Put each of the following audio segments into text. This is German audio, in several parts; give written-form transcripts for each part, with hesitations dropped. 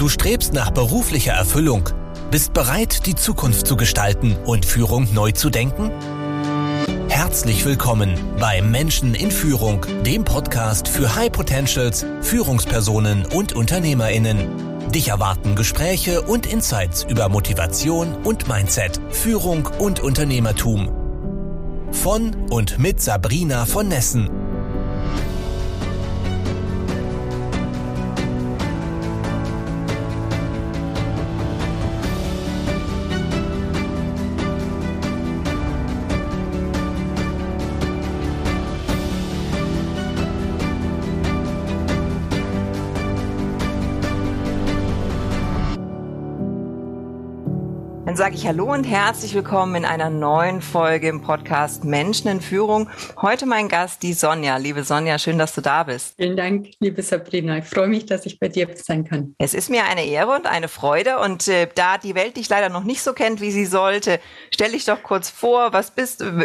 Du strebst nach beruflicher Erfüllung, bist bereit, die Zukunft zu gestalten und Führung neu zu denken? Herzlich willkommen bei Menschen in Führung, dem Podcast für High Potentials, Führungspersonen und UnternehmerInnen. Dich erwarten Gespräche und Insights über Motivation und Mindset, Führung und Unternehmertum. Von und mit Sabrina von Nessen. Dann sage ich Hallo und herzlich willkommen in einer neuen Folge im Podcast Menschen in Führung. Heute mein Gast, die Sonja. Liebe Sonja, schön, dass du da bist. Vielen Dank, liebe Sabrina. Ich freue mich, dass ich bei dir sein kann. Es ist mir eine Ehre und eine Freude. Und da die Welt dich leider noch nicht so kennt, wie sie sollte, stell dich doch kurz vor, wer bist du,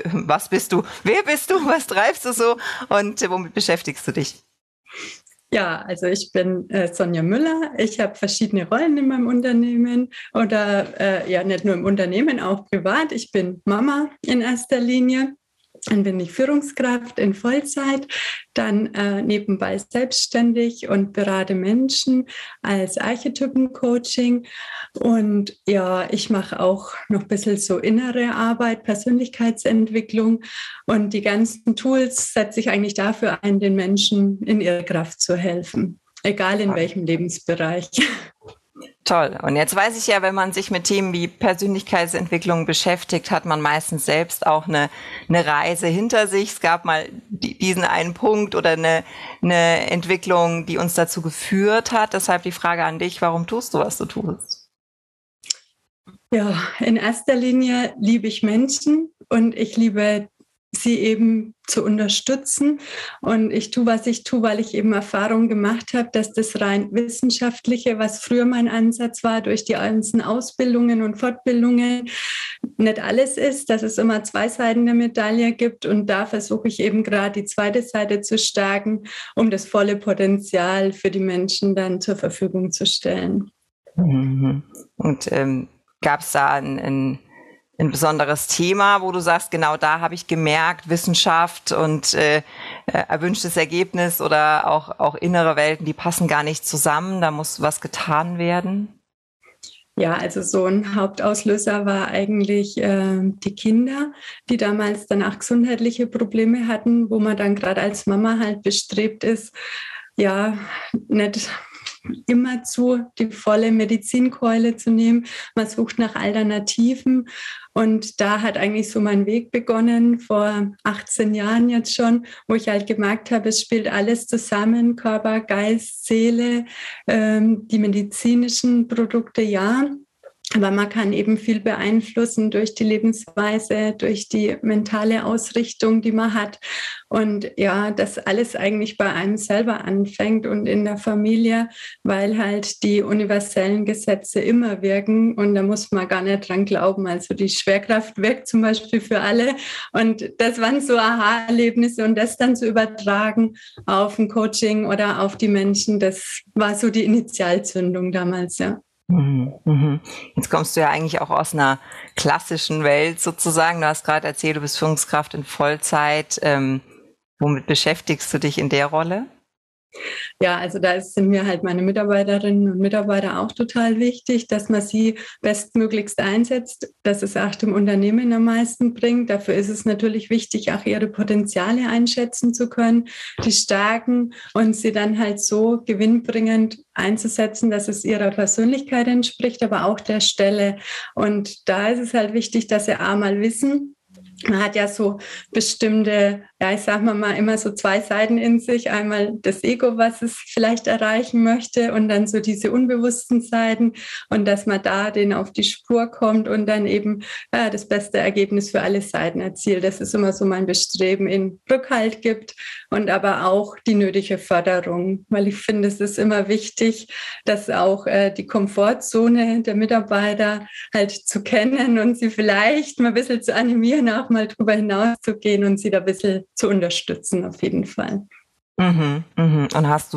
was treibst du so und womit beschäftigst du dich? Ja, also ich bin Sonja Müller. Ich habe verschiedene Rollen in meinem Unternehmen oder nicht nur im Unternehmen, auch privat. Ich bin Mama in erster Linie. Dann bin ich Führungskraft in Vollzeit, dann nebenbei selbstständig und berate Menschen als Archetypen-Coaching. Und ja, ich mache auch noch ein bisschen so innere Arbeit, Persönlichkeitsentwicklung. Und die ganzen Tools setze ich eigentlich dafür ein, den Menschen in ihre Kraft zu helfen, egal in welchem Lebensbereich. Toll. Und jetzt weiß ich ja, wenn man sich mit Themen wie Persönlichkeitsentwicklung beschäftigt, hat man meistens selbst auch eine Reise hinter sich. Es gab mal diesen einen Punkt oder eine Entwicklung, die uns dazu geführt hat. Deshalb die Frage an dich, warum tust du, was du tust? Ja, in erster Linie liebe ich Menschen und ich liebe sie eben zu unterstützen. Und ich tue, was ich tue, weil ich eben Erfahrung gemacht habe, dass das rein wissenschaftliche, was früher mein Ansatz war, durch die ganzen Ausbildungen und Fortbildungen, nicht alles ist, dass es immer zwei Seiten der Medaille gibt. Und da versuche ich eben gerade die zweite Seite zu stärken, um das volle Potenzial für die Menschen dann zur Verfügung zu stellen. Und gab es da ein besonderes Thema, wo du sagst, genau da habe ich gemerkt, Wissenschaft und erwünschtes Ergebnis oder auch innere Welten, die passen gar nicht zusammen, da muss was getan werden? Ja, also so ein Hauptauslöser war eigentlich die Kinder, die damals dann auch gesundheitliche Probleme hatten, wo man dann gerade als Mama halt bestrebt ist, ja, nicht immerzu die volle Medizinkeule zu nehmen. Man sucht nach Alternativen. Und da hat eigentlich so mein Weg begonnen, vor 18 Jahren jetzt schon, wo ich halt gemerkt habe, es spielt alles zusammen, Körper, Geist, Seele, die medizinischen Produkte, ja. Aber man kann eben viel beeinflussen durch die Lebensweise, durch die mentale Ausrichtung, die man hat. Und ja, das alles eigentlich bei einem selber anfängt und in der Familie, weil halt die universellen Gesetze immer wirken und da muss man gar nicht dran glauben. Also die Schwerkraft wirkt zum Beispiel für alle und das waren so Aha-Erlebnisse und das dann zu übertragen auf ein Coaching oder auf die Menschen, das war so die Initialzündung damals, ja. Jetzt kommst du ja eigentlich auch aus einer klassischen Welt sozusagen. Du hast gerade erzählt, du bist Führungskraft in Vollzeit. Womit beschäftigst du dich in der Rolle? Ja, also da sind mir halt meine Mitarbeiterinnen und Mitarbeiter auch total wichtig, dass man sie bestmöglichst einsetzt, dass es auch dem Unternehmen am meisten bringt. Dafür ist es natürlich wichtig, auch ihre Potenziale einschätzen zu können, die Stärken und sie dann halt so gewinnbringend einzusetzen, dass es ihrer Persönlichkeit entspricht, aber auch der Stelle. Und da ist es halt wichtig, dass sie einmal wissen, man hat ja so bestimmte, ja, ich sag mal immer so zwei Seiten in sich. Einmal das Ego, was es vielleicht erreichen möchte und dann so diese unbewussten Seiten und dass man da denen auf die Spur kommt und dann eben das beste Ergebnis für alle Seiten erzielt. Das ist immer so mein Bestreben, in Rückhalt gibt und aber auch die nötige Förderung, weil ich finde, es ist immer wichtig, dass auch die Komfortzone der Mitarbeiter halt zu kennen und sie vielleicht mal ein bisschen zu animieren, auch mal drüber hinaus zu gehen und sie da ein bisschen zu unterstützen, auf jeden Fall. Und hast du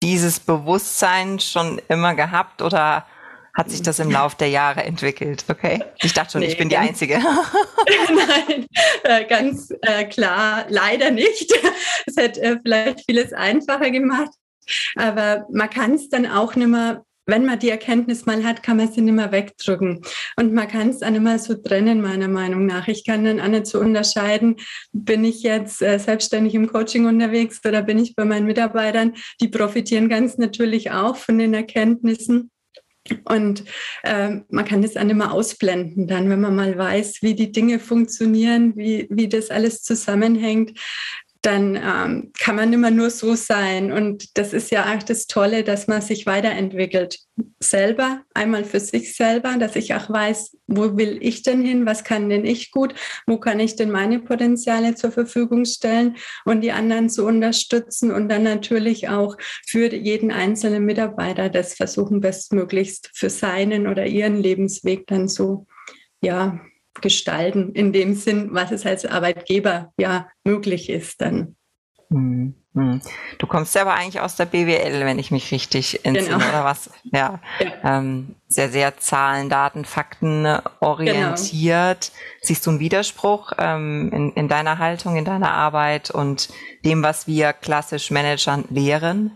dieses Bewusstsein schon immer gehabt oder hat sich das im Laufe der Jahre entwickelt? Okay. Ich dachte schon, ich bin die Einzige. Nein, ganz klar, leider nicht. Es hätte vielleicht vieles einfacher gemacht, aber man kann es dann auch nicht mehr, wenn man die Erkenntnis mal hat, kann man sie nicht mehr wegdrücken. Und man kann es auch nicht mehr so trennen, meiner Meinung nach. Ich kann dann auch nicht so unterscheiden, bin ich jetzt selbstständig im Coaching unterwegs oder bin ich bei meinen Mitarbeitern? Die profitieren ganz natürlich auch von den Erkenntnissen. Und man kann das auch nicht mehr ausblenden dann, wenn man mal weiß, wie die Dinge funktionieren, wie das alles zusammenhängt, dann kann man nicht mehr nur so sein. Und das ist ja auch das Tolle, dass man sich weiterentwickelt. Selber, einmal für sich selber, dass ich auch weiß, wo will ich denn hin, was kann denn ich gut, wo kann ich denn meine Potenziale zur Verfügung stellen und die anderen zu unterstützen und dann natürlich auch für jeden einzelnen Mitarbeiter das versuchen, bestmöglichst für seinen oder ihren Lebensweg dann so, ja, gestalten, in dem Sinn, was es als Arbeitgeber ja möglich ist dann. Du kommst ja aber eigentlich aus der BWL, wenn ich mich richtig entsinne, oder was? Ja. Sehr, sehr Zahlen, Daten, Fakten orientiert. Genau. Siehst du einen Widerspruch in deiner Haltung, in deiner Arbeit und dem, was wir klassisch Managern lehren?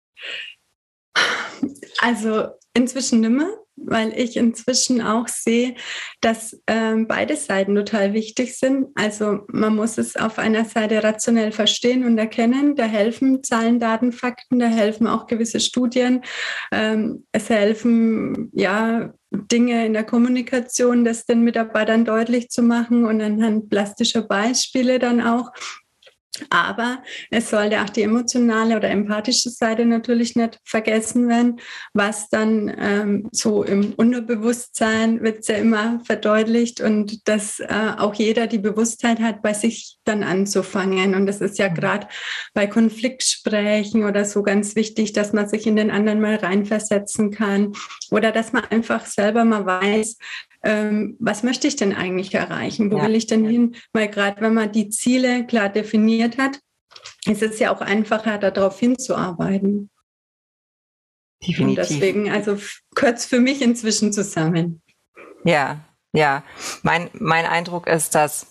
Also inzwischen nimmer, weil ich inzwischen auch sehe, dass beide Seiten total wichtig sind. Also man muss es auf einer Seite rationell verstehen und erkennen. Da helfen Zahlen, Daten, Fakten, da helfen auch gewisse Studien. Es helfen ja Dinge in der Kommunikation, das den Mitarbeitern deutlich zu machen und anhand plastischer Beispiele dann auch. Aber es sollte auch die emotionale oder empathische Seite natürlich nicht vergessen werden, was dann so im Unterbewusstsein wird es ja immer verdeutlicht und dass auch jeder die Bewusstheit hat, bei sich dann anzufangen. Und das ist ja gerade bei Konfliktgesprächen oder so ganz wichtig, dass man sich in den anderen mal reinversetzen kann oder dass man einfach selber mal weiß, was möchte ich denn eigentlich erreichen? Wo will ich denn hin? Weil gerade wenn man die Ziele klar definiert hat, ist es ja auch einfacher, darauf hinzuarbeiten. Definitiv. Und deswegen, also gehört es für mich inzwischen zusammen. Ja. Mein Eindruck ist, dass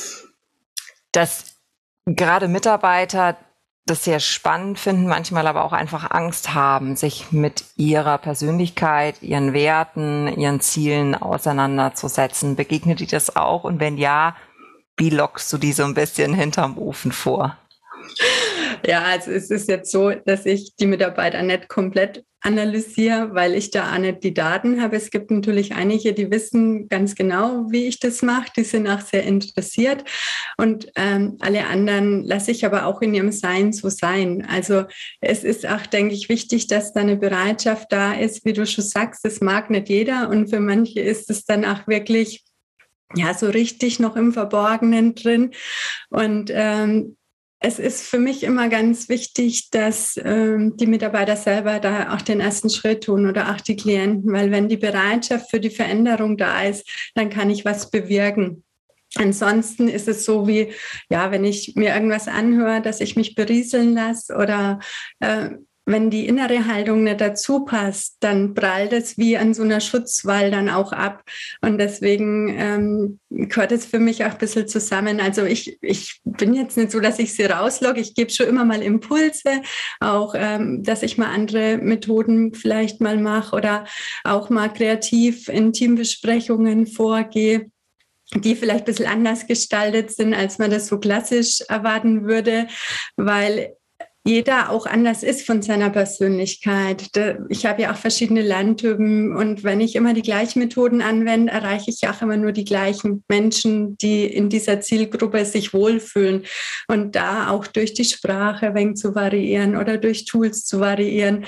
gerade Mitarbeiter das sehr spannend finden, manchmal aber auch einfach Angst haben, sich mit ihrer Persönlichkeit, ihren Werten, ihren Zielen auseinanderzusetzen. Begegnet dir das auch? Und wenn ja, wie lockst du die so ein bisschen hinterm Ofen vor? Ja, also es ist jetzt so, dass ich die Mitarbeiter nicht komplett analysiere, weil ich da auch nicht die Daten habe. Es gibt natürlich einige, die wissen ganz genau, wie ich das mache. Die sind auch sehr interessiert. Und alle anderen lasse ich aber auch in ihrem Sein so sein. Also es ist auch, denke ich, wichtig, dass da eine Bereitschaft da ist. Wie du schon sagst, das mag nicht jeder. Und für manche ist es dann auch wirklich ja so richtig noch im Verborgenen drin. Und es ist für mich immer ganz wichtig, dass die Mitarbeiter selber da auch den ersten Schritt tun oder auch die Klienten, weil wenn die Bereitschaft für die Veränderung da ist, dann kann ich was bewirken. Ansonsten ist es so wie, ja, wenn ich mir irgendwas anhöre, dass ich mich berieseln lasse oder wenn die innere Haltung nicht dazu passt, dann prallt es wie an so einer Schutzwall dann auch ab. Und deswegen gehört es für mich auch ein bisschen zusammen. Also ich bin jetzt nicht so, dass ich sie rauslogge. Ich gebe schon immer mal Impulse, auch dass ich mal andere Methoden vielleicht mal mache oder auch mal kreativ in Teambesprechungen vorgehe, die vielleicht ein bisschen anders gestaltet sind, als man das so klassisch erwarten würde, weil jeder auch anders ist von seiner Persönlichkeit. Ich habe ja auch verschiedene Lerntypen und wenn ich immer die gleichen Methoden anwende, erreiche ich auch immer nur die gleichen Menschen, die in dieser Zielgruppe sich wohlfühlen. Und da auch durch die Sprache ein wenig zu variieren oder durch Tools zu variieren.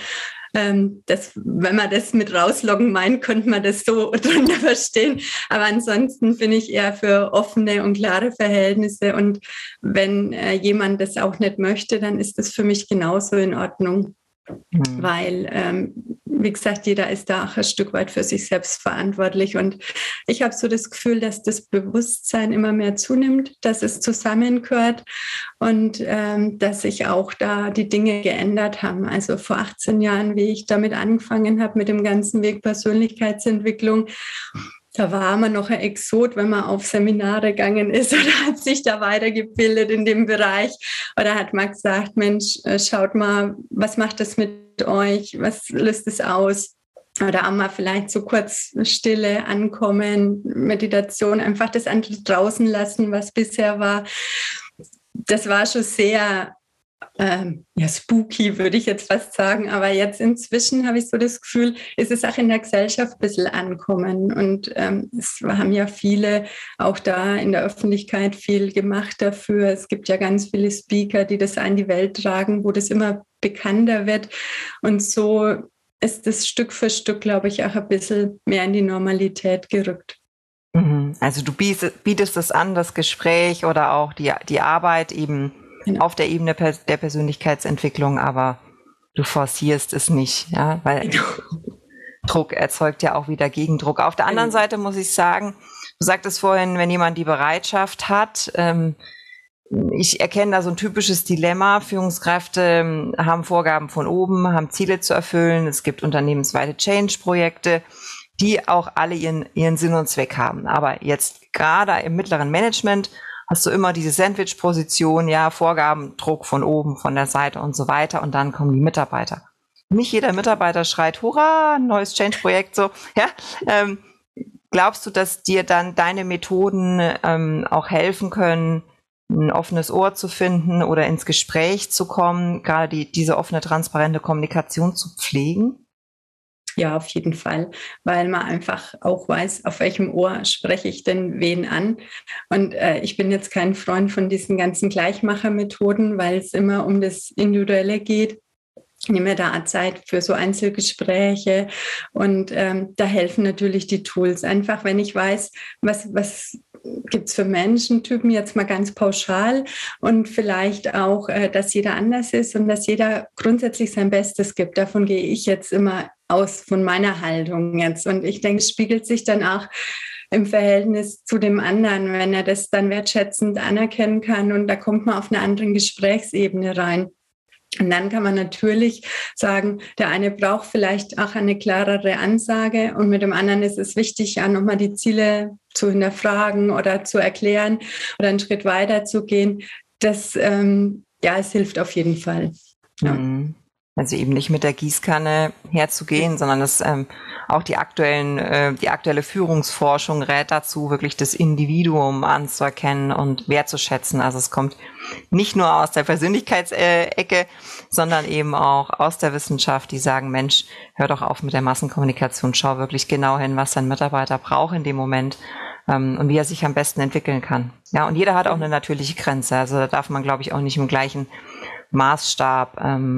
Wenn man das mit rausloggen meint, könnte man das so drunter verstehen. Aber ansonsten bin ich eher für offene und klare Verhältnisse. Und wenn jemand das auch nicht möchte, dann ist das für mich genauso in Ordnung. Weil wie gesagt, jeder ist da auch ein Stück weit für sich selbst verantwortlich. Und ich habe so das Gefühl, dass das Bewusstsein immer mehr zunimmt, dass es zusammengehört und dass sich auch da die Dinge geändert haben. Also vor 18 Jahren, wie ich damit angefangen habe, mit dem ganzen Weg Persönlichkeitsentwicklung, da war man noch ein Exot, wenn man auf Seminare gegangen ist oder hat sich da weitergebildet in dem Bereich. Oder hat man gesagt, Mensch, schaut mal, was macht das mit euch? Was löst es aus? Oder auch mal vielleicht so kurz Stille ankommen, Meditation, einfach das andere draußen lassen, was bisher war. Das war schon sehr spooky, würde ich jetzt fast sagen. Aber jetzt inzwischen habe ich so das Gefühl, ist es auch in der Gesellschaft ein bisschen ankommen. Und es haben ja viele auch da in der Öffentlichkeit viel gemacht dafür. Es gibt ja ganz viele Speaker, die das in die Welt tragen, wo das immer bekannter wird. Und so ist es Stück für Stück, glaube ich, auch ein bisschen mehr in die Normalität gerückt. Also du bietest es an, das Gespräch oder auch die Arbeit eben auf der Ebene der Persönlichkeitsentwicklung, aber du forcierst es nicht, ja, weil Druck erzeugt ja auch wieder Gegendruck. Auf der anderen Seite muss ich sagen, du sagtest vorhin, wenn jemand die Bereitschaft hat, ich erkenne da so ein typisches Dilemma. Führungskräfte haben Vorgaben von oben, haben Ziele zu erfüllen. Es gibt unternehmensweite Change-Projekte, die auch alle ihren Sinn und Zweck haben. Aber jetzt gerade im mittleren Management hast du immer diese Sandwich-Position, ja, Vorgaben, Druck von oben, von der Seite und so weiter. Und dann kommen die Mitarbeiter. Nicht jeder Mitarbeiter schreit, hurra, ein neues Change-Projekt, so, ja. Glaubst du, dass dir dann deine Methoden auch helfen können, ein offenes Ohr zu finden oder ins Gespräch zu kommen, gerade diese offene, transparente Kommunikation zu pflegen? Ja, auf jeden Fall, weil man einfach auch weiß, auf welcem Ohr spreche ich denn wen an. Und ich bin jetzt kein Freund von diesen ganzen Gleichmachermethoden, weil es immer um das Individuelle geht. Ich nehme mir da Zeit für so Einzelgespräche und da helfen natürlich die Tools. Einfach, wenn ich weiß, was gibt es für Menschentypen, jetzt mal ganz pauschal und vielleicht auch, dass jeder anders ist und dass jeder grundsätzlich sein Bestes gibt. Davon gehe ich jetzt immer aus, von meiner Haltung jetzt. Und ich denke, es spiegelt sich dann auch im Verhältnis zu dem anderen, wenn er das dann wertschätzend anerkennen kann und da kommt man auf eine andere Gesprächsebene rein. Und dann kann man natürlich sagen, der eine braucht vielleicht auch eine klarere Ansage und mit dem anderen ist es wichtig, ja nochmal die Ziele zu hinterfragen oder zu erklären oder einen Schritt weiter zu gehen. Das, es hilft auf jeden Fall. Ja. Also eben nicht mit der Gießkanne herzugehen, sondern das auch die aktuelle Führungsforschung rät dazu, wirklich das Individuum anzuerkennen und wertzuschätzen. Also es kommt nicht nur aus der Persönlichkeitsecke, sondern eben auch aus der Wissenschaft, die sagen, Mensch, hör doch auf mit der Massenkommunikation, schau wirklich genau hin, was dein Mitarbeiter braucht in dem Moment und wie er sich am besten entwickeln kann. Ja, und jeder hat auch eine natürliche Grenze. Also da darf man, glaube ich, auch nicht im gleichen Maßstab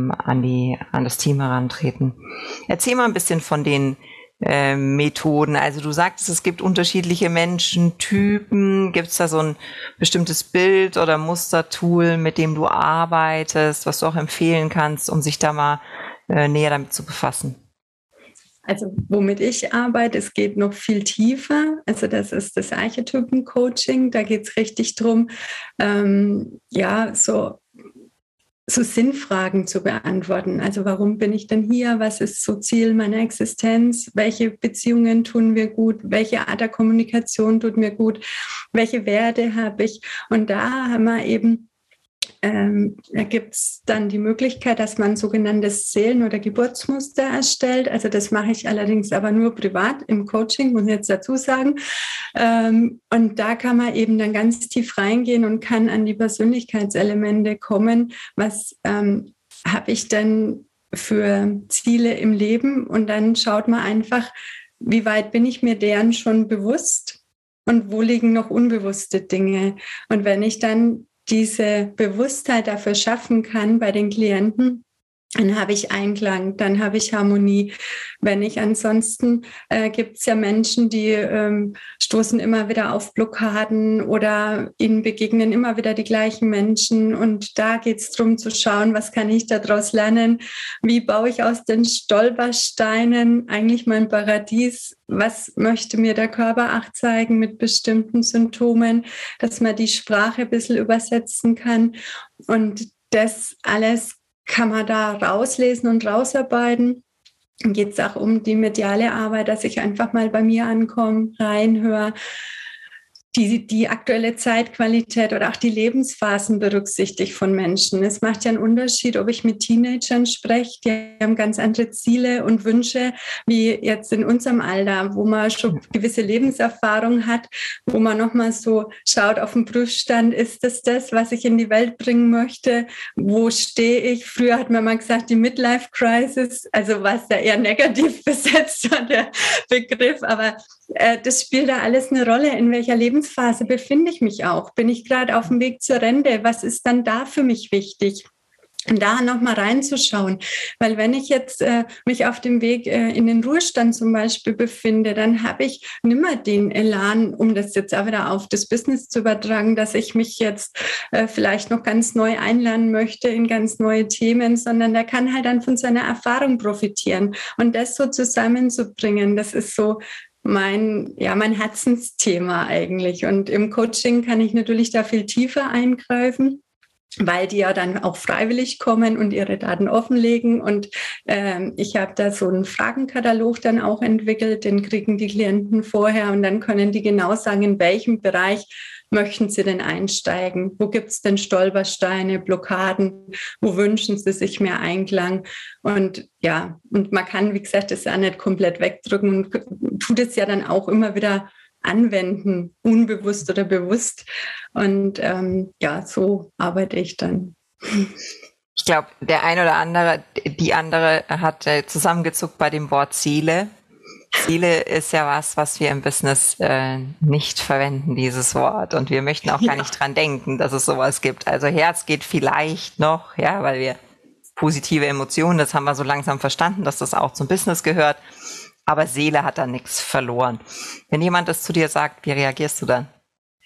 an das Team herantreten. Erzähl mal ein bisschen von den Methoden. Also du sagtest, es gibt unterschiedliche Menschentypen. Gibt es da so ein bestimmtes Bild oder Mustertool, mit dem du arbeitest, was du auch empfehlen kannst, um sich da mal näher damit zu befassen? Also womit ich arbeite, es geht noch viel tiefer. Also das ist das Archetypen-Coaching. Da geht es richtig drum, so Sinnfragen zu beantworten. Also warum bin ich denn hier? Was ist so Ziel meiner Existenz? Welche Beziehungen tun mir gut? Welche Art der Kommunikation tut mir gut? Welche Werte habe ich? Und da haben wir eben da gibt es dann die Möglichkeit, dass man ein sogenanntes Seelen- oder Geburtsmuster erstellt. Also das mache ich allerdings aber nur privat im Coaching, muss ich jetzt dazu sagen. Und da kann man eben dann ganz tief reingehen und kann an die Persönlichkeitselemente kommen. Was habe ich denn für Ziele im Leben? Und dann schaut man einfach, wie weit bin ich mir deren schon bewusst und wo liegen noch unbewusste Dinge? Und wenn ich dann diese Bewusstheit dafür schaffen kann bei den Klienten, dann habe ich Einklang, dann habe ich Harmonie. Wenn ich ansonsten, gibt es ja Menschen, die stoßen immer wieder auf Blockaden oder ihnen begegnen immer wieder die gleichen Menschen. Und da geht es darum zu schauen, was kann ich daraus lernen? Wie baue ich aus den Stolpersteinen eigentlich mein Paradies? Was möchte mir der Körper auch zeigen mit bestimmten Symptomen, dass man die Sprache ein bisschen übersetzen kann? Und das alles kann man da rauslesen und rausarbeiten. Dann geht es auch um die mediale Arbeit, dass ich einfach mal bei mir ankomme, reinhöre, die aktuelle Zeitqualität oder auch die Lebensphasen berücksichtigt von Menschen. Es macht ja einen Unterschied, ob ich mit Teenagern spreche, die haben ganz andere Ziele und Wünsche, wie jetzt in unserem Alter, wo man schon gewisse Lebenserfahrung hat, wo man nochmal so schaut auf den Prüfstand, ist das, was ich in die Welt bringen möchte? Wo stehe ich? Früher hat man mal gesagt, die Midlife-Crisis, also was da eher negativ besetzt war, der Begriff, aber das spielt da alles eine Rolle, in welcher Lebensphase befinde ich mich auch. Bin ich gerade auf dem Weg zur Rente? Was ist dann da für mich wichtig? Und da nochmal reinzuschauen. Weil wenn ich jetzt mich auf dem Weg in den Ruhestand zum Beispiel befinde, dann habe ich nimmer den Elan, um das jetzt auch wieder auf das Business zu übertragen, dass ich mich jetzt vielleicht noch ganz neu einlernen möchte in ganz neue Themen, sondern der kann halt dann von seiner Erfahrung profitieren. Und das so zusammenzubringen, das ist so mein Herzensthema eigentlich. Und im Coaching kann ich natürlich da viel tiefer eingreifen, weil die ja dann auch freiwillig kommen und ihre Daten offenlegen. Und ich habe da so einen Fragenkatalog dann auch entwickelt, den kriegen die Klienten vorher und dann können die genau sagen, in welchem Bereich möchten sie denn einsteigen? Wo gibt es denn Stolpersteine, Blockaden? Wo wünschen sie sich mehr Einklang? Und ja, und man kann, wie gesagt, das ja nicht komplett wegdrücken und tut es ja dann auch immer wieder anwenden, unbewusst oder bewusst. Und so arbeite ich dann. Ich glaube, der eine oder andere, die andere hat zusammengezuckt bei dem Wort Seele. Seele ist ja was wir im Business nicht verwenden, dieses Wort. Und wir möchten auch gar nicht dran denken, dass es sowas gibt. Also Herz geht vielleicht noch, ja, weil wir positive Emotionen, das haben wir so langsam verstanden, dass das auch zum Business gehört. Aber Seele hat da nichts verloren. Wenn jemand das zu dir sagt, wie reagierst du dann?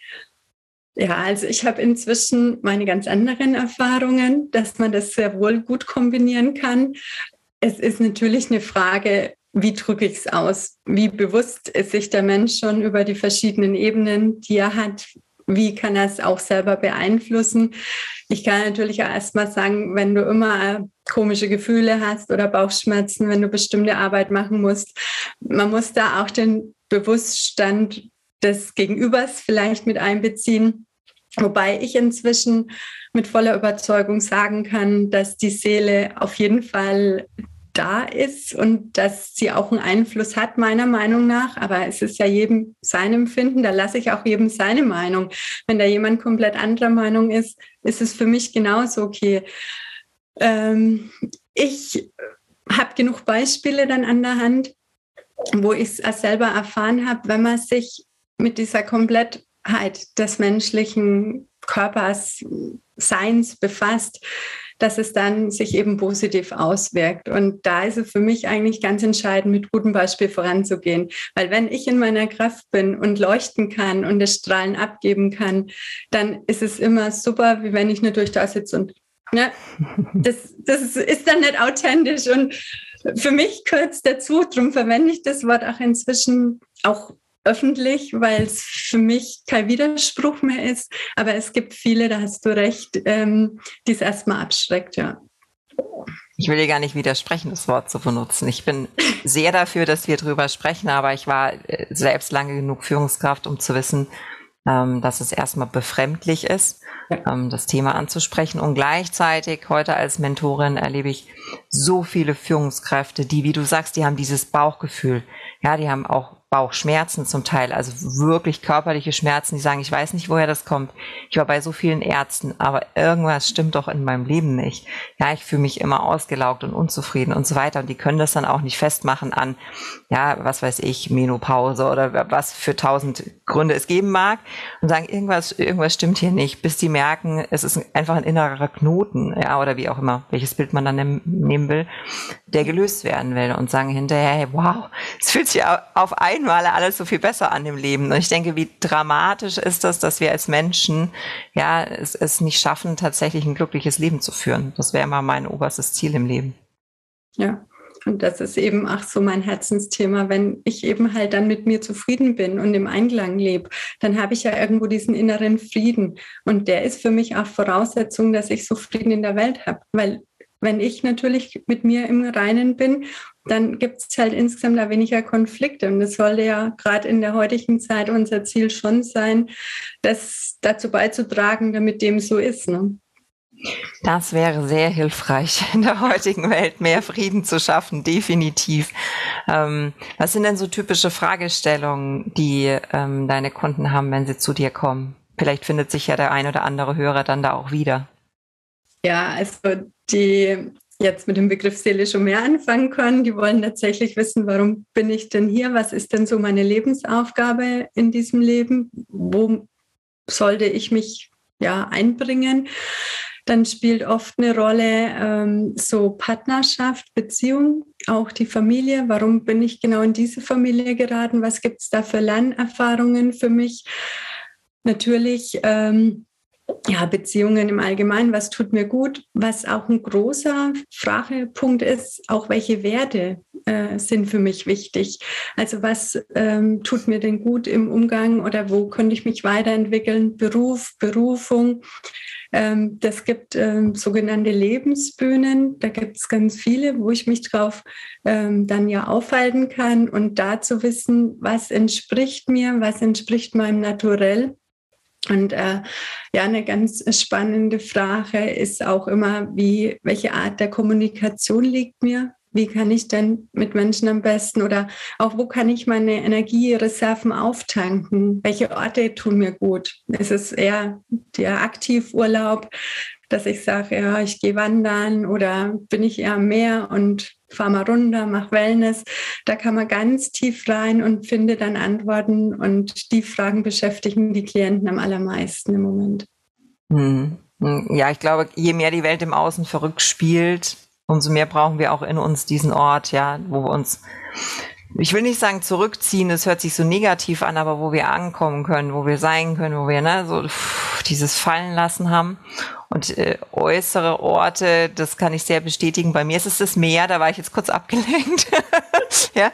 Ja, also ich habe inzwischen meine ganz anderen Erfahrungen, dass man das sehr wohl gut kombinieren kann. Es ist natürlich eine Frage, wie drücke ich es aus? Wie bewusst ist sich der Mensch schon über die verschiedenen Ebenen, die er hat? Wie kann er es auch selber beeinflussen? Ich kann natürlich auch erstmal sagen, wenn du immer komische Gefühle hast oder Bauchschmerzen, wenn du bestimmte Arbeit machen musst, man muss da auch den Bewusststand des Gegenübers vielleicht mit einbeziehen. Wobei ich inzwischen mit voller Überzeugung sagen kann, dass die Seele auf jeden Fall da ist und dass sie auch einen Einfluss hat, meiner Meinung nach. Aber es ist ja jedem sein Empfinden, da lasse ich auch jedem seine Meinung. Wenn da jemand komplett anderer Meinung ist, ist es für mich genauso okay. Ich habe genug Beispiele dann an der Hand, wo ich es selber erfahren habe, wenn man sich mit dieser Komplettheit des menschlichen Körpers, Seins befasst, dass es dann sich eben positiv auswirkt. Und da ist es für mich eigentlich ganz entscheidend, mit gutem Beispiel voranzugehen. Weil wenn ich in meiner Kraft bin und leuchten kann und das Strahlen abgeben kann, dann ist es immer super, wie wenn ich nur durch da sitze und das ist dann nicht authentisch. Und für mich gehört es dazu, darum verwende ich das Wort auch inzwischen auch öffentlich, weil es für mich kein Widerspruch mehr ist. Aber es gibt viele, da hast du recht, die es erstmal abschreckt, ja. Ich will dir gar nicht widersprechen, das Wort zu benutzen. Ich bin sehr dafür, dass wir drüber sprechen, aber ich war selbst lange genug Führungskraft, um zu wissen, dass es erstmal befremdlich ist, das Thema anzusprechen. Und gleichzeitig heute als Mentorin erlebe ich so viele Führungskräfte, die, wie du sagst, die haben dieses Bauchgefühl. Ja, die haben auch Bauchschmerzen zum Teil, also wirklich körperliche Schmerzen, die sagen, ich weiß nicht, woher das kommt. Ich war bei so vielen Ärzten, aber irgendwas stimmt doch in meinem Leben nicht. Ja, ich fühle mich immer ausgelaugt und unzufrieden und so weiter. Und die können das dann auch nicht festmachen an, ja, was weiß ich, Menopause oder was für 1000 Gründe es geben mag und sagen, irgendwas stimmt hier nicht, bis die merken, es ist einfach ein innerer Knoten, ja, oder wie auch immer, welches Bild man dann nehmen will, der gelöst werden will und sagen hinterher, hey, wow, es fühlt sich auf einmal alles so viel besser an im Leben. Und ich denke, wie dramatisch ist das, dass wir als Menschen ja es nicht schaffen, tatsächlich ein glückliches Leben zu führen. Das wäre immer mein oberstes Ziel im Leben. Ja, und das ist eben auch so mein Herzensthema. Wenn ich eben halt dann mit mir zufrieden bin und im Einklang lebe, dann habe ich ja irgendwo diesen inneren Frieden. Und der ist für mich auch Voraussetzung, dass ich so Frieden in der Welt habe. Weil wenn ich natürlich mit mir im Reinen bin, dann gibt es halt insgesamt da weniger Konflikte. Und das sollte ja gerade in der heutigen Zeit unser Ziel schon sein, das dazu beizutragen, damit dem so ist. Ne? Das wäre sehr hilfreich, in der heutigen Welt mehr Frieden zu schaffen, definitiv. Was sind denn so typische Fragestellungen, die deine Kunden haben, wenn sie zu dir kommen? Vielleicht findet sich ja der ein oder andere Hörer dann da auch wieder. Ja, also die jetzt mit dem Begriff Seele schon mehr anfangen können, die wollen tatsächlich wissen, warum bin ich denn hier? Was ist denn so meine Lebensaufgabe in diesem Leben? Wo sollte ich mich einbringen? Dann spielt oft eine Rolle so Partnerschaft, Beziehung, auch die Familie. Warum bin ich genau in diese Familie geraten? Was gibt es da für Lernerfahrungen für mich? Natürlich Beziehungen im Allgemeinen, was tut mir gut? Was auch ein großer Fragepunkt ist, auch welche Werte sind für mich wichtig? Also was tut mir denn gut im Umgang oder wo könnte ich mich weiterentwickeln? Beruf, Berufung. Das gibt sogenannte Lebensbühnen. Da gibt es ganz viele, wo ich mich drauf dann ja aufhalten kann und da zu wissen, was entspricht mir, was entspricht meinem Naturell. Und eine ganz spannende Frage ist auch immer, welche Art der Kommunikation liegt mir? Wie kann ich denn mit Menschen am besten oder auch wo kann ich meine Energiereserven auftanken? Welche Orte tun mir gut? Ist es eher der Aktivurlaub, dass ich sage, ja, ich gehe wandern oder bin ich eher am Meer und fahre mal runter, mache Wellness. Da kann man ganz tief rein und finde dann Antworten und die Fragen beschäftigen die Klienten am allermeisten im Moment. Ja, ich glaube, je mehr die Welt im Außen verrückt spielt, umso mehr brauchen wir auch in uns diesen Ort, ja, wo wir uns, ich will nicht sagen zurückziehen, das hört sich so negativ an, aber wo wir ankommen können, wo wir sein können, wo wir so dieses Fallen lassen haben. Und äußere Orte, das kann ich sehr bestätigen. Bei mir ist es das Meer, da war ich jetzt kurz abgelenkt. Ja,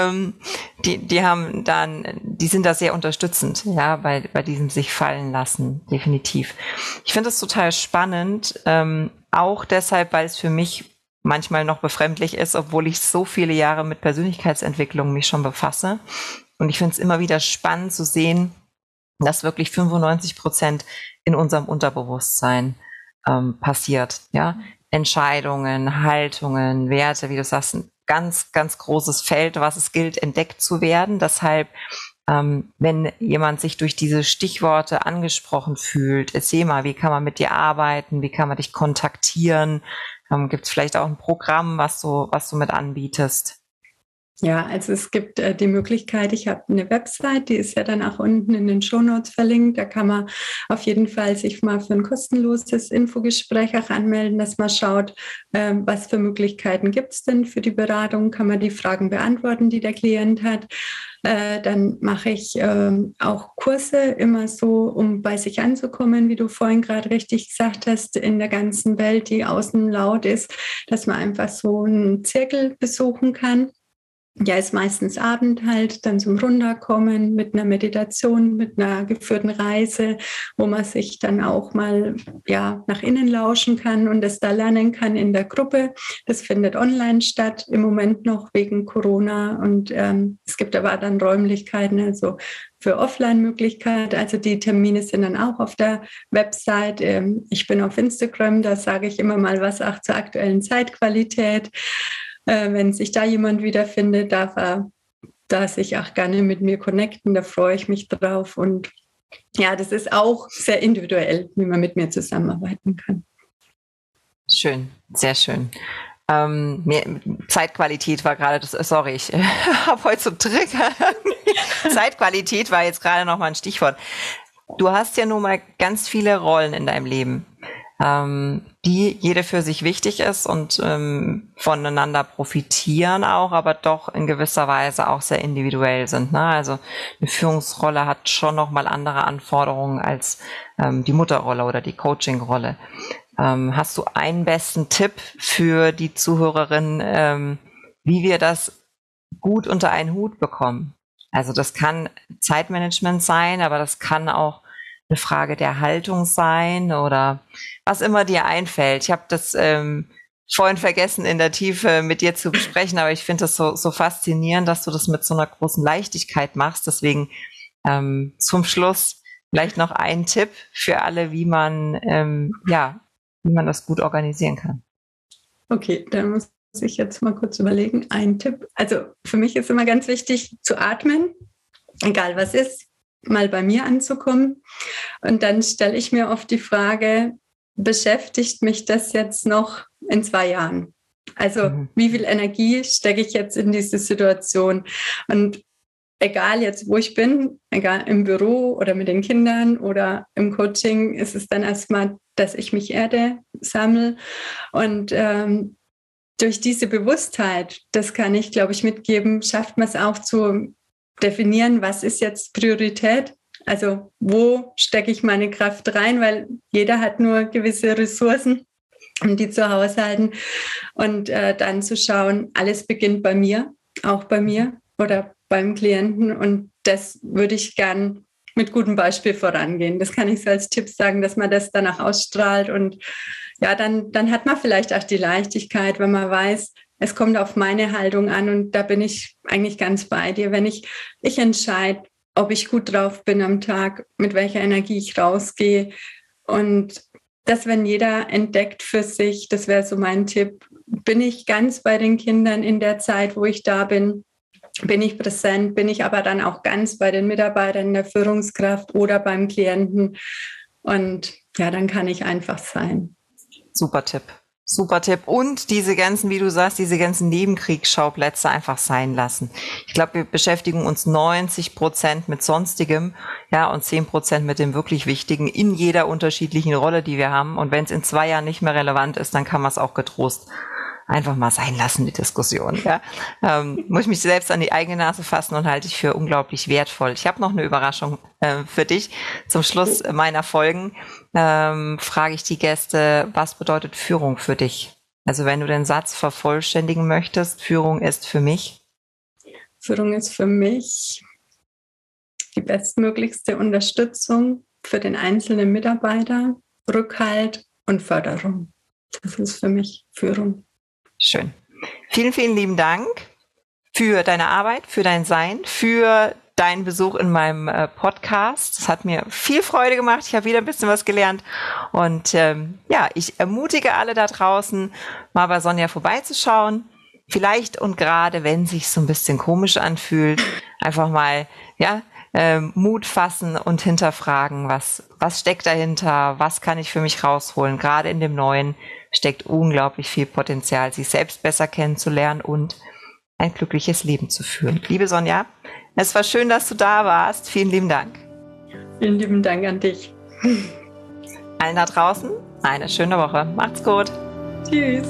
die sind da sehr unterstützend, ja, bei diesem sich fallen lassen, definitiv. Ich finde das total spannend, auch deshalb, weil es für mich manchmal noch befremdlich ist, obwohl ich so viele Jahre mit Persönlichkeitsentwicklung mich schon befasse. Und ich finde es immer wieder spannend zu sehen, dass wirklich 95% in unserem Unterbewusstsein passiert. Ja? Entscheidungen, Haltungen, Werte, wie du sagst, ein ganz, ganz großes Feld, was es gilt, entdeckt zu werden. Deshalb, wenn jemand sich durch diese Stichworte angesprochen fühlt, erzähl mal, wie kann man mit dir arbeiten, wie kann man dich kontaktieren? Gibt es vielleicht auch ein Programm, was du mit anbietest? Ja, also es gibt die Möglichkeit, ich habe eine Website, die ist ja dann auch unten in den Shownotes verlinkt. Da kann man auf jeden Fall sich mal für ein kostenloses Infogespräch auch anmelden, dass man schaut, was für Möglichkeiten gibt es denn für die Beratung, kann man die Fragen beantworten, die der Klient hat. Dann mache ich auch Kurse immer so, um bei sich anzukommen, wie du vorhin gerade richtig gesagt hast, in der ganzen Welt, die außen laut ist, dass man einfach so einen Zirkel besuchen kann. Ja, ist meistens Abend halt, dann zum Runterkommen mit einer Meditation, mit einer geführten Reise, wo man sich dann auch mal nach innen lauschen kann und das da lernen kann in der Gruppe. Das findet online statt, im Moment noch wegen Corona und es gibt aber dann Räumlichkeiten, also für Offline-Möglichkeiten. Also die Termine sind dann auch auf der Website. Ich bin auf Instagram, da sage ich immer mal was auch zur aktuellen Zeitqualität. Wenn sich da jemand wiederfindet, darf er da sich auch gerne mit mir connecten, da freue ich mich drauf. Und ja, das ist auch sehr individuell, wie man mit mir zusammenarbeiten kann. Schön, sehr schön. Zeitqualität war gerade das, sorry, ich habe heute so Trigger. Zeitqualität war jetzt gerade nochmal ein Stichwort. Du hast ja nun mal ganz viele Rollen in deinem Leben, die jede für sich wichtig ist und voneinander profitieren auch, aber doch in gewisser Weise auch sehr individuell sind. Ne? Also eine Führungsrolle hat schon nochmal andere Anforderungen als die Mutterrolle oder die Coaching-Rolle. Hast du einen besten Tipp für die Zuhörerinnen, wie wir das gut unter einen Hut bekommen? Also das kann Zeitmanagement sein, aber das kann auch eine Frage der Haltung sein oder was immer dir einfällt. Ich habe das vorhin vergessen, in der Tiefe mit dir zu besprechen, aber ich finde das so faszinierend, dass du das mit so einer großen Leichtigkeit machst. Deswegen zum Schluss vielleicht noch ein Tipp für alle, wie man das gut organisieren kann. Okay, dann muss ich jetzt mal kurz überlegen. Ein Tipp. Also für mich ist immer ganz wichtig zu atmen, egal was ist, mal bei mir anzukommen. Und dann stelle ich mir oft die Frage, beschäftigt mich das jetzt noch in 2 Jahren? Also wie viel Energie stecke ich jetzt in diese Situation? Und egal jetzt, wo ich bin, egal im Büro oder mit den Kindern oder im Coaching, ist es dann erstmal, dass ich mich Erde sammle. Und durch diese Bewusstheit, das kann ich, glaube ich, mitgeben, schafft man es auch zu definieren, was ist jetzt Priorität? Also wo stecke ich meine Kraft rein? Weil jeder hat nur gewisse Ressourcen, um die zu haushalten. Und dann zu schauen, alles beginnt bei mir, auch bei mir oder beim Klienten. Und das würde ich gern mit gutem Beispiel vorangehen. Das kann ich so als Tipp sagen, dass man das danach ausstrahlt. Und ja, dann hat man vielleicht auch die Leichtigkeit, wenn man weiß, es kommt auf meine Haltung an. Und da bin ich eigentlich ganz bei dir. Wenn ich entscheide, ob ich gut drauf bin am Tag, mit welcher Energie ich rausgehe. Und das, wenn jeder entdeckt für sich, das wäre so mein Tipp, bin ich ganz bei den Kindern in der Zeit, wo ich da bin, bin ich präsent, bin ich aber dann auch ganz bei den Mitarbeitern, der Führungskraft oder beim Klienten. Und ja, dann kann ich einfach sein. Super Tipp. Super Tipp. Und diese ganzen, wie du sagst, diese ganzen Nebenkriegsschauplätze einfach sein lassen. Ich glaube, wir beschäftigen uns 90% mit Sonstigem, ja, und 10% mit dem wirklich Wichtigen in jeder unterschiedlichen Rolle, die wir haben. Und wenn es in 2 Jahren nicht mehr relevant ist, dann kann man es auch getrost einfach mal sein lassen, die Diskussion. Ja. Muss ich mich selbst an die eigene Nase fassen und halte ich für unglaublich wertvoll. Ich habe noch eine Überraschung für dich. Zum Schluss meiner Folgen frage ich die Gäste, was bedeutet Führung für dich? Also wenn du den Satz vervollständigen möchtest, Führung ist für mich? Führung ist für mich die bestmöglichste Unterstützung für den einzelnen Mitarbeiter, Rückhalt und Förderung. Das ist für mich Führung. Schön. Vielen, vielen lieben Dank für deine Arbeit, für dein Sein, für deinen Besuch in meinem Podcast. Es hat mir viel Freude gemacht. Ich habe wieder ein bisschen was gelernt. Und ich ermutige alle da draußen, mal bei Sonja vorbeizuschauen. Vielleicht und gerade, wenn es sich so ein bisschen komisch anfühlt, einfach mal Mut fassen und hinterfragen, was steckt dahinter, was kann ich für mich rausholen. Gerade in dem Neuen steckt unglaublich viel Potenzial, sich selbst besser kennenzulernen und ein glückliches Leben zu führen. Liebe Sonja, es war schön, dass du da warst. Vielen lieben Dank. Vielen lieben Dank an dich. Allen da draußen eine schöne Woche. Macht's gut. Tschüss.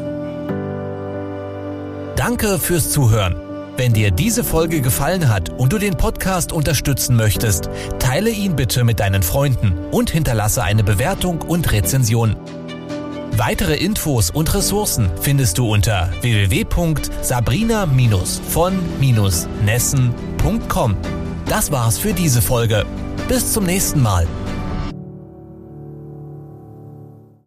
Danke fürs Zuhören. Wenn dir diese Folge gefallen hat und du den Podcast unterstützen möchtest, teile ihn bitte mit deinen Freunden und hinterlasse eine Bewertung und Rezension. Weitere Infos und Ressourcen findest du unter www.sabrina-von-nessen.com. Das war's für diese Folge. Bis zum nächsten Mal.